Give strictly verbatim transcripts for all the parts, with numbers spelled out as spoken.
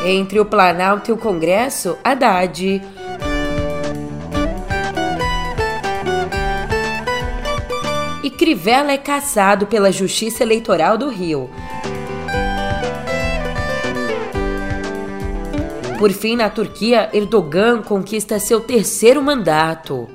Entre o Planalto e o Congresso, Haddad. E Crivella é cassado pela Justiça Eleitoral do Rio. Por fim, na Turquia, Erdogan conquista seu terceiro mandato.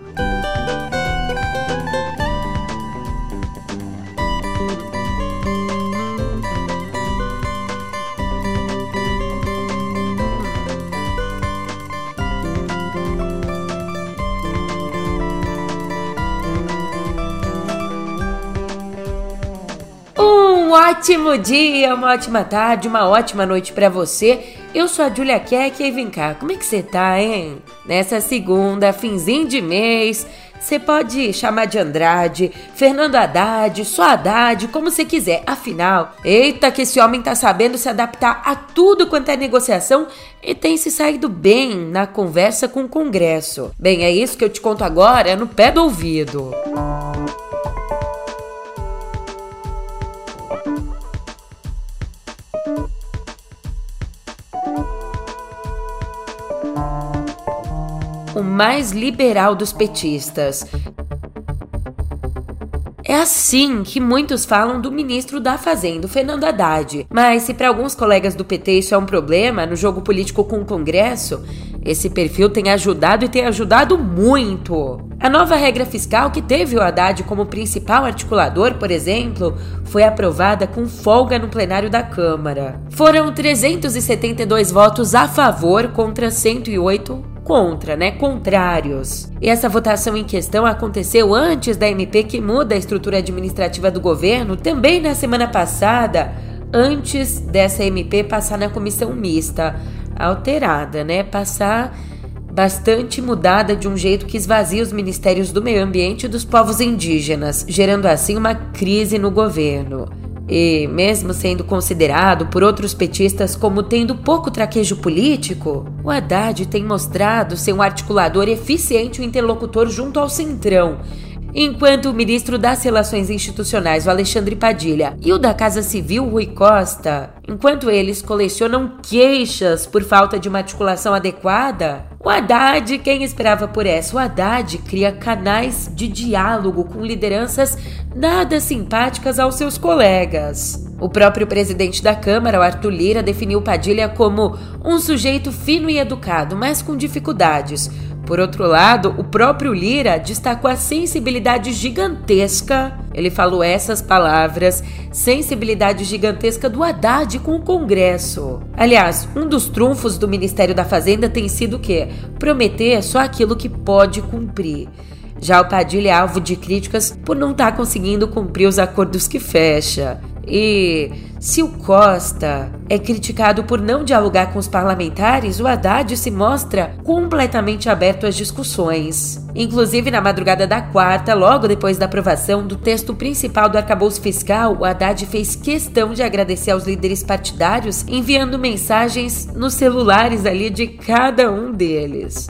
Um ótimo dia, uma ótima tarde, uma ótima noite pra você. Eu sou a Julia Keck e vem cá, como é que você tá, hein? Nessa segunda, finzinho de mês, você pode chamar de Andrade, Fernando Haddad, só Haddad, como você quiser. Afinal, eita que esse homem tá sabendo se adaptar a tudo quanto é negociação e tem se saído bem na conversa com o Congresso. Bem, é isso que eu te conto agora no pé do ouvido. O mais liberal dos petistas. É assim que muitos falam do ministro da Fazenda, Fernando Haddad. Mas se para alguns colegas do P T isso é um problema no jogo político com o Congresso, esse perfil tem ajudado e tem ajudado muito. A nova regra fiscal que teve o Haddad como principal articulador, por exemplo, foi aprovada com folga no plenário da Câmara. Foram trezentos e setenta e dois votos a favor contra cento e oito contra, né? Contrários. E essa votação em questão aconteceu antes da M P que muda a estrutura administrativa do governo, também na semana passada, antes dessa M P passar na comissão mista, alterada, né? Passar bastante mudada de um jeito que esvazia os ministérios do meio ambiente e dos povos indígenas, gerando assim uma crise no governo. E mesmo sendo considerado por outros petistas como tendo pouco traquejo político, o Haddad tem mostrado ser um articulador eficiente e interlocutor junto ao Centrão, enquanto o ministro das Relações Institucionais, o Alexandre Padilha, e o da Casa Civil, Rui Costa, enquanto eles colecionam queixas por falta de uma articulação adequada, o Haddad, quem esperava por essa? O Haddad cria canais de diálogo com lideranças nada simpáticas aos seus colegas. O próprio presidente da Câmara, o Arthur Lira, definiu Padilha como um sujeito fino e educado, mas com dificuldades. Por outro lado, o próprio Lira destacou a sensibilidade gigantesca, ele falou essas palavras, sensibilidade gigantesca do Haddad com o Congresso. Aliás, um dos trunfos do Ministério da Fazenda tem sido o quê? Prometer só aquilo que pode cumprir. Já o Padilha é alvo de críticas por não estar conseguindo cumprir os acordos que fecha. E se o Costa é criticado por não dialogar com os parlamentares, o Haddad se mostra completamente aberto às discussões. Inclusive, na madrugada da quarta, logo depois da aprovação do texto principal do arcabouço fiscal, o Haddad fez questão de agradecer aos líderes partidários, enviando mensagens nos celulares ali de cada um deles.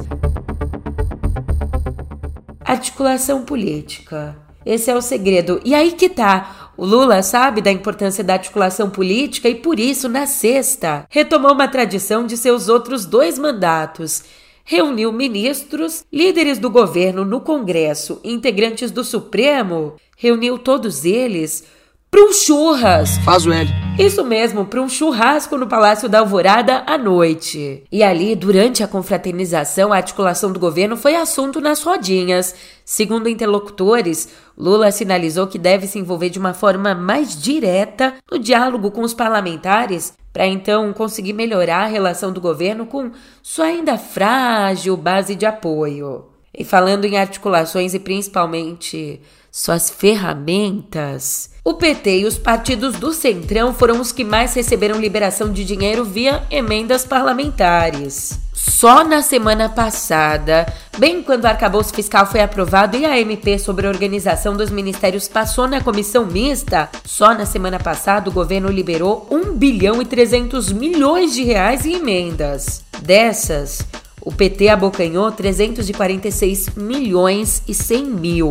Articulação política. Esse é o segredo. E aí que tá. O Lula sabe da importância da articulação política e, por isso, na sexta, retomou uma tradição de seus outros dois mandatos. Reuniu ministros, líderes do governo no Congresso e integrantes do Supremo, reuniu todos eles para um churras. Faz o L. Isso mesmo, para um churrasco no Palácio da Alvorada à noite. E ali, durante a confraternização, a articulação do governo foi assunto nas rodinhas. Segundo interlocutores, Lula sinalizou que deve se envolver de uma forma mais direta no diálogo com os parlamentares para então conseguir melhorar a relação do governo com sua ainda frágil base de apoio. E falando em articulações e principalmente suas ferramentas, o P T e os partidos do Centrão foram os que mais receberam liberação de dinheiro via emendas parlamentares. Só na semana passada, bem quando o arcabouço fiscal foi aprovado e a M P sobre a organização dos ministérios passou na comissão mista, só na semana passada o governo liberou um bilhão e trezentos milhões de reais em emendas. Dessas, o P T abocanhou trezentos e quarenta e seis milhões e cem mil.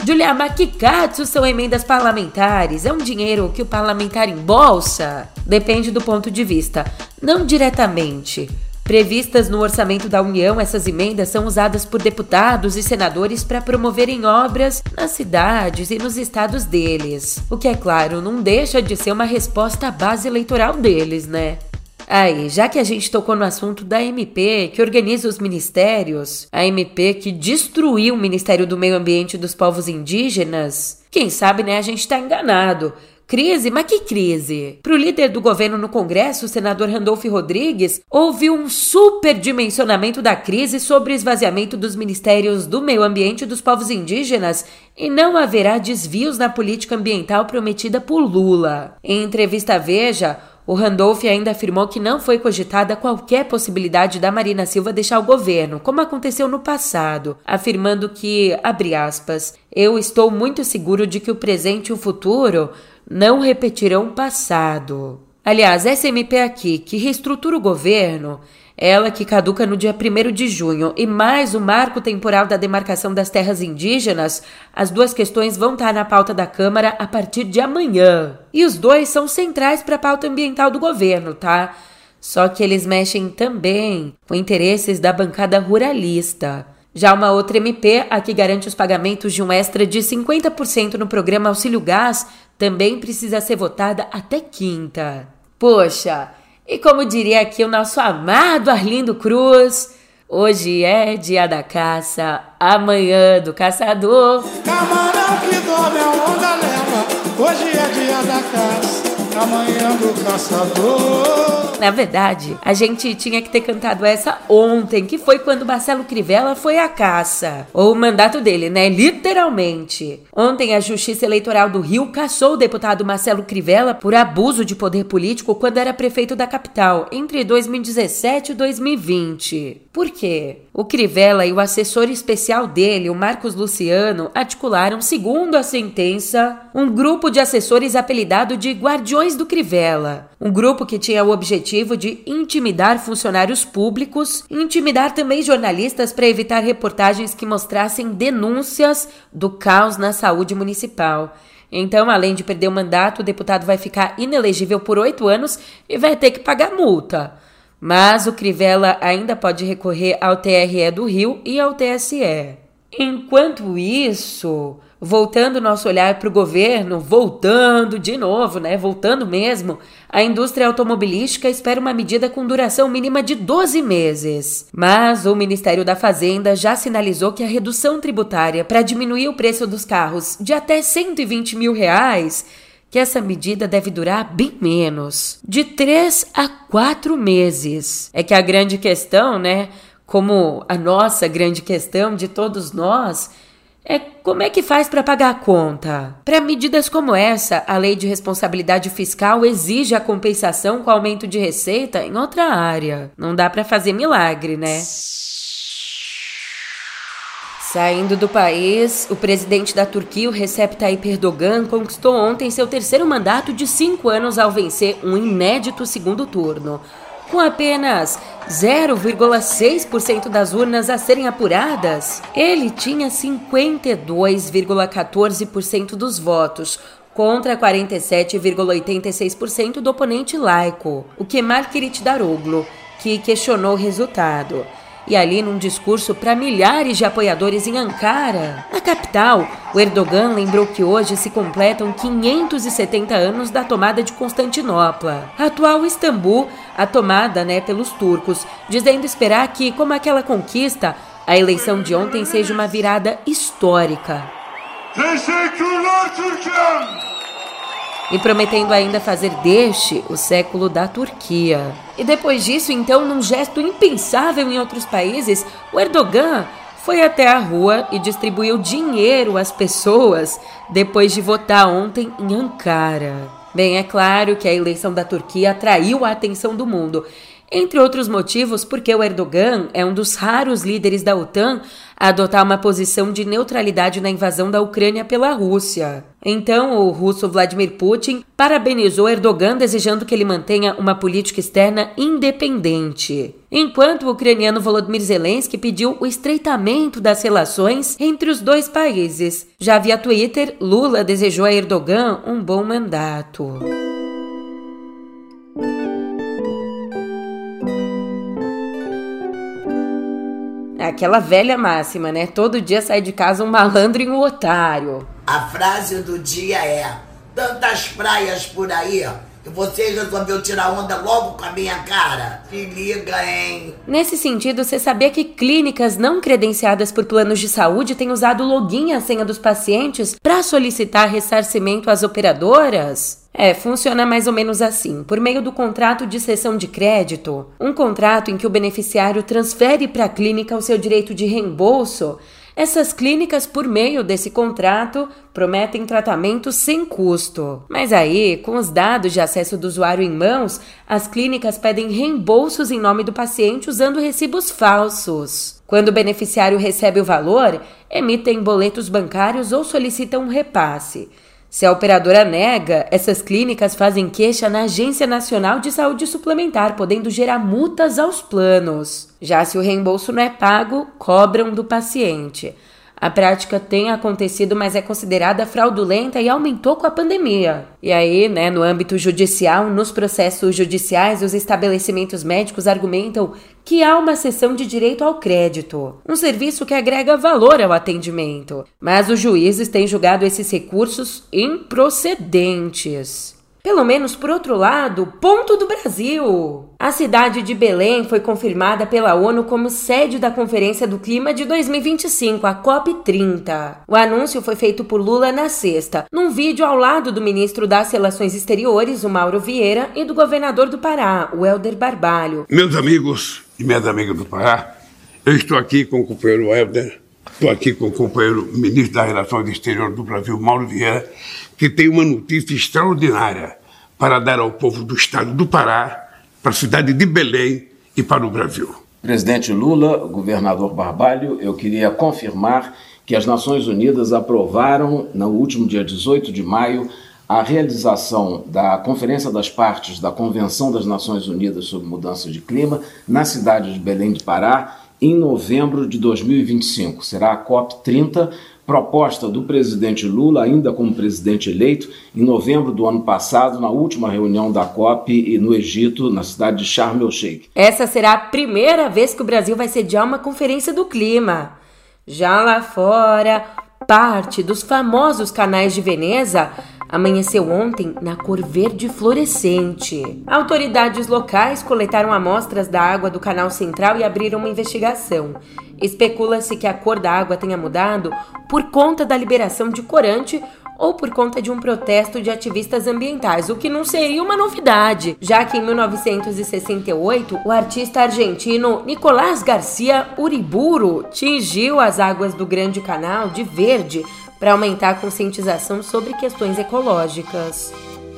Julia, mas que katsu são emendas parlamentares? É um dinheiro que o parlamentar embolsa? Depende do ponto de vista. Não diretamente. Previstas no orçamento da União, essas emendas são usadas por deputados e senadores para promoverem obras nas cidades e nos estados deles. O que, é claro, não deixa de ser uma resposta à base eleitoral deles, né? Aí, já que a gente tocou no assunto da M P, que organiza os ministérios, a M P que destruiu o Ministério do Meio Ambiente e dos Povos Indígenas, quem sabe, né, a gente tá enganado. Crise? Mas que crise? Para o líder do governo no Congresso, o senador Randolph Rodrigues, houve um superdimensionamento da crise sobre o esvaziamento dos ministérios do meio ambiente e dos povos indígenas e não haverá desvios na política ambiental prometida por Lula. Em entrevista à Veja, o Randolph ainda afirmou que não foi cogitada qualquer possibilidade da Marina Silva deixar o governo, como aconteceu no passado, afirmando que, abre aspas, eu estou muito seguro de que o presente e o futuro não repetirão o passado. Aliás, essa M P aqui, que reestrutura o governo, ela que caduca no dia primeiro de junho, e mais o marco temporal da demarcação das terras indígenas, as duas questões vão estar na pauta da Câmara a partir de amanhã. E os dois são centrais para a pauta ambiental do governo, tá? Só que eles mexem também com interesses da bancada ruralista. Já uma outra M P, a que garante os pagamentos de um extra de cinquenta por cento no programa Auxílio Gás, também precisa ser votada até quinta. Poxa, e como diria aqui o nosso amado Arlindo Cruz, hoje é dia da caça, amanhã do caçador. Camarão que dorme a onda leva, hoje é dia da caça, amanhã do caçador. Na verdade, a gente tinha que ter cantado essa ontem, que foi quando Marcelo Crivella foi à caça. Ou o mandato dele, né? Literalmente. Ontem, a Justiça Eleitoral do Rio caçou o deputado Marcelo Crivella por abuso de poder político quando era prefeito da capital, entre dois mil e dezessete e dois mil e vinte. Por quê? O Crivella e o assessor especial dele, o Marcos Luciano, articularam, segundo a sentença, um grupo de assessores apelidado de Guardiões do Crivella. Um grupo que tinha o objetivo de intimidar funcionários públicos e intimidar também jornalistas para evitar reportagens que mostrassem denúncias do caos na saúde municipal. Então, além de perder o mandato, o deputado vai ficar inelegível por oito anos e vai ter que pagar multa. Mas o Crivella ainda pode recorrer ao T R E do Rio e ao T S E. Enquanto isso, voltando nosso olhar para o governo, voltando de novo, né? Voltando mesmo, a indústria automobilística espera uma medida com duração mínima de doze meses. Mas o Ministério da Fazenda já sinalizou que a redução tributária para diminuir o preço dos carros de até cento e vinte mil reais, que essa medida deve durar bem menos, de três a quatro meses. É que a grande questão, né, como a nossa grande questão de todos nós, é como é que faz para pagar a conta? Para medidas como essa, a Lei de Responsabilidade Fiscal exige a compensação com aumento de receita em outra área. Não dá para fazer milagre, né? Saindo do país, o presidente da Turquia, o Recep Tayyip Erdogan, conquistou ontem seu terceiro mandato de cinco anos ao vencer um inédito segundo turno. Com apenas zero vírgula seis por cento das urnas a serem apuradas, ele tinha cinquenta e dois vírgula quatorze por cento dos votos, contra quarenta e sete vírgula oitenta e seis por cento do oponente laico, o Kemal Kılıçdaroğlu, que questionou o resultado. E ali, num discurso para milhares de apoiadores em Ankara, na capital, o Erdogan lembrou que hoje se completam quinhentos e setenta anos da tomada de Constantinopla, a atual Istambul, a tomada, né, pelos turcos, dizendo esperar que, como aquela conquista, a eleição de ontem seja uma virada histórica. Teşekkürler Türkiye! E prometendo ainda fazer deste o século da Turquia. E depois disso, então, num gesto impensável em outros países, o Erdogan foi até a rua e distribuiu dinheiro às pessoas depois de votar ontem em Ankara. Bem, é claro que a eleição da Turquia atraiu a atenção do mundo, entre outros motivos porque o Erdogan é um dos raros líderes da OTAN a adotar uma posição de neutralidade na invasão da Ucrânia pela Rússia. Então, o russo Vladimir Putin parabenizou Erdogan, desejando que ele mantenha uma política externa independente. enquanto o ucraniano Volodymyr Zelensky pediu o estreitamento das relações entre os dois países. Já via Twitter, Lula desejou a Erdogan um bom mandato. Aquela velha máxima, né? Todo dia sai de casa um malandro e um otário. A frase do dia é: tantas praias por aí, e você resolveu tirar onda logo com a minha cara? Se liga, hein? Nesse sentido, você sabia que clínicas não credenciadas por planos de saúde têm usado o login e a senha dos pacientes para solicitar ressarcimento às operadoras? É, funciona mais ou menos assim, por meio do contrato de cessão de crédito, um contrato em que o beneficiário transfere para a clínica o seu direito de reembolso. Essas clínicas, por meio desse contrato, prometem tratamento sem custo. Mas aí, com os dados de acesso do usuário em mãos, as clínicas pedem reembolsos em nome do paciente usando recibos falsos. Quando o beneficiário recebe o valor, emitem boletos bancários ou solicitam um repasse. Se a operadora nega, essas clínicas fazem queixa na Agência Nacional de Saúde Suplementar, podendo gerar multas aos planos. Já se o reembolso não é pago, cobram do paciente. A prática tem acontecido, mas é considerada fraudulenta e aumentou com a pandemia. E aí, né, no âmbito judicial, nos processos judiciais, os estabelecimentos médicos argumentam que há uma cessão de direito ao crédito, um serviço que agrega valor ao atendimento. Mas os juízes têm julgado esses recursos improcedentes. Pelo menos por outro lado, ponto do Brasil. A cidade de Belém foi confirmada pela ONU como sede da Conferência do Clima de dois mil e vinte e cinco, a COP trinta. O anúncio foi feito por Lula na sexta, num vídeo ao lado do ministro das Relações Exteriores, o Mauro Vieira, e do governador do Pará, o Helder Barbalho. Meus amigos e minhas amigas do Pará, eu estou aqui com o companheiro Helder, estou aqui com o companheiro ministro das Relações Exteriores do Brasil, Mauro Vieira, que tem uma notícia extraordinária para dar ao povo do estado do Pará, para a cidade de Belém e para o Brasil. Presidente Lula, governador Barbalho, eu queria confirmar que as Nações Unidas aprovaram, no último dia dezoito de maio, a realização da Conferência das Partes da Convenção das Nações Unidas sobre Mudança de Clima na cidade de Belém do Pará, em novembro de dois mil e vinte e cinco. Será a COP trinta, proposta do presidente Lula, ainda como presidente eleito, em novembro do ano passado, na última reunião da COP no Egito, na cidade de Sharm el-Sheikh. Essa será a primeira vez que o Brasil vai sediar uma conferência do clima. Já lá fora, parte dos famosos canais de Veneza amanheceu ontem na cor verde fluorescente. Autoridades locais coletaram amostras da água do canal central e abriram uma investigação. Especula-se que a cor da água tenha mudado por conta da liberação de corante ou por conta de um protesto de ativistas ambientais, o que não seria uma novidade, já que em mil novecentos e sessenta e oito o artista argentino Nicolás Garcia Uriburu tingiu as águas do Grande Canal de verde para aumentar a conscientização sobre questões ecológicas.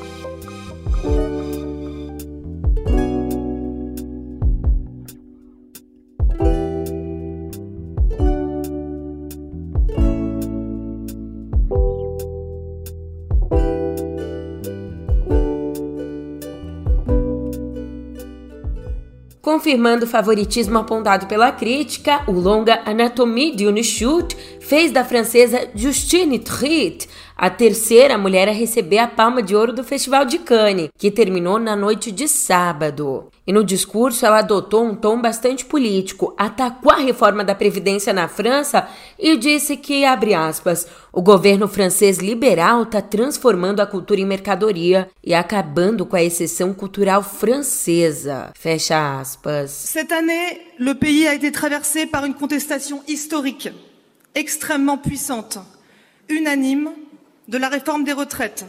Confirmando o favoritismo apontado pela crítica, o longa Anatomie d'une chute fez da francesa Justine Triet a terceira mulher a receber a Palma de Ouro do Festival de Cannes, que terminou na noite de sábado. E no discurso ela adotou um tom bastante político, atacou a reforma da Previdência na França e disse que, abre aspas, o governo francês liberal está transformando a cultura em mercadoria e acabando com a exceção cultural francesa. Fecha aspas. Cette année, le pays a été traversé par une contestation historique, extrêmement puissante, unanime, de la réforme des retraites.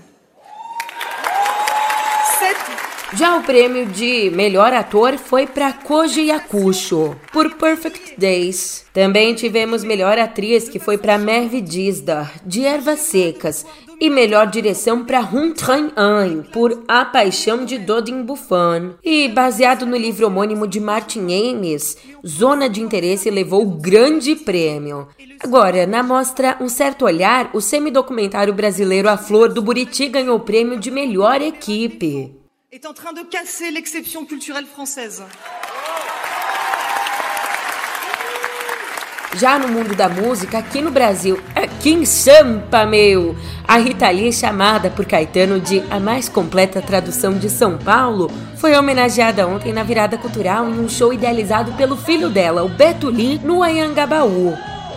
Já o prêmio de melhor ator foi para Koji Yakusho, por Perfect Days. Também tivemos melhor atriz, que foi para Merve Dizdar, de Ervas Secas, e melhor direção para Hun Tran-Anh, por A Paixão de Dodin Buffon. E baseado no livro homônimo de Martin Amis, Zona de Interesse levou o grande prêmio. Agora, na mostra Um Certo Olhar, o semidocumentário brasileiro A Flor do Buriti ganhou o prêmio de melhor equipe. Est en train de casser l'exception culturelle française. Já no mundo da música, aqui no Brasil, aqui em Sampa, meu, a Rita Lee, chamada por Caetano de a mais completa tradução de São Paulo, foi homenageada ontem na virada cultural em um show idealizado pelo filho dela, o Beto Lee, no Anhangabaú.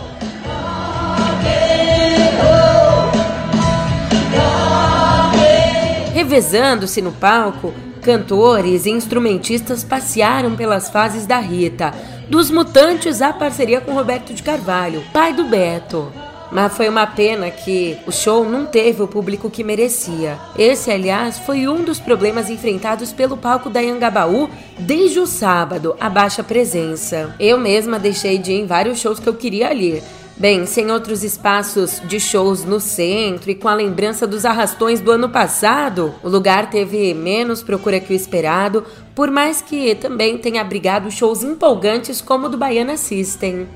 Revezando-se no palco, cantores e instrumentistas passearam pelas fases da Rita, dos Mutantes à parceria com Roberto de Carvalho, pai do Beto. Mas foi uma pena que o show não teve o público que merecia. Esse, aliás, foi um dos problemas enfrentados pelo palco da Anhangabaú desde o sábado, a baixa presença. Eu mesma deixei de ir em vários shows que eu queria ali. Bem, sem outros espaços de shows no centro e com a lembrança dos arrastões do ano passado, o lugar teve menos procura que o esperado, por mais que também tenha abrigado shows empolgantes como o do Baiana System.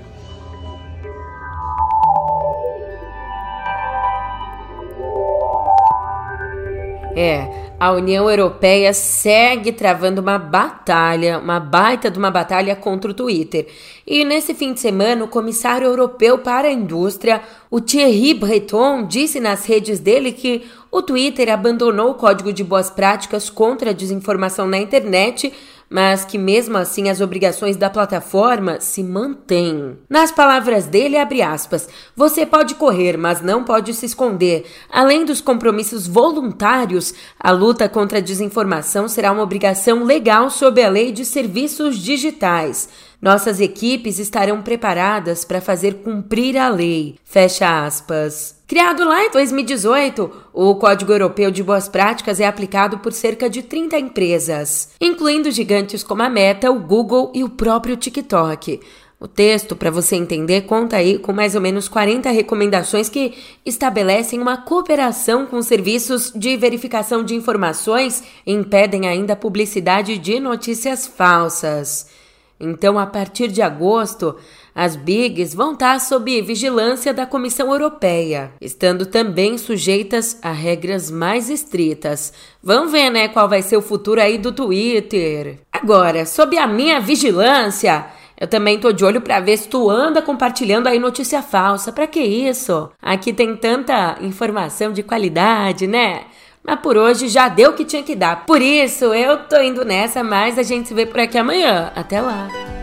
É, a União Europeia segue travando uma batalha, uma baita de uma batalha contra o Twitter. E nesse fim de semana, o comissário europeu para a indústria, o Thierry Breton, disse nas redes dele que o Twitter abandonou o código de boas práticas contra a desinformação na internet, mas que mesmo assim as obrigações da plataforma se mantêm. Nas palavras dele, abre aspas, você pode correr, mas não pode se esconder. Além dos compromissos voluntários, a luta contra a desinformação será uma obrigação legal sob a lei de serviços digitais. Nossas equipes estarão preparadas para fazer cumprir a lei. Fecha aspas. Criado lá em dois mil e dezoito, o Código Europeu de Boas Práticas é aplicado por cerca de trinta empresas, incluindo gigantes como a Meta, o Google e o próprio TikTok. O texto, para você entender, conta aí com mais ou menos quarenta recomendações que estabelecem uma cooperação com serviços de verificação de informações e impedem ainda a publicidade de notícias falsas. Então, a partir de agosto, as bigs vão estar sob vigilância da Comissão Europeia, estando também sujeitas a regras mais estritas. Vamos ver, né, qual vai ser o futuro aí do Twitter. Agora, sob a minha vigilância, eu também tô de olho pra ver se tu anda compartilhando aí notícia falsa. Pra que isso? Aqui tem tanta informação de qualidade, né? Mas por hoje já deu o que tinha que dar. Por isso, eu tô indo nessa, mas a gente se vê por aqui amanhã. Até lá!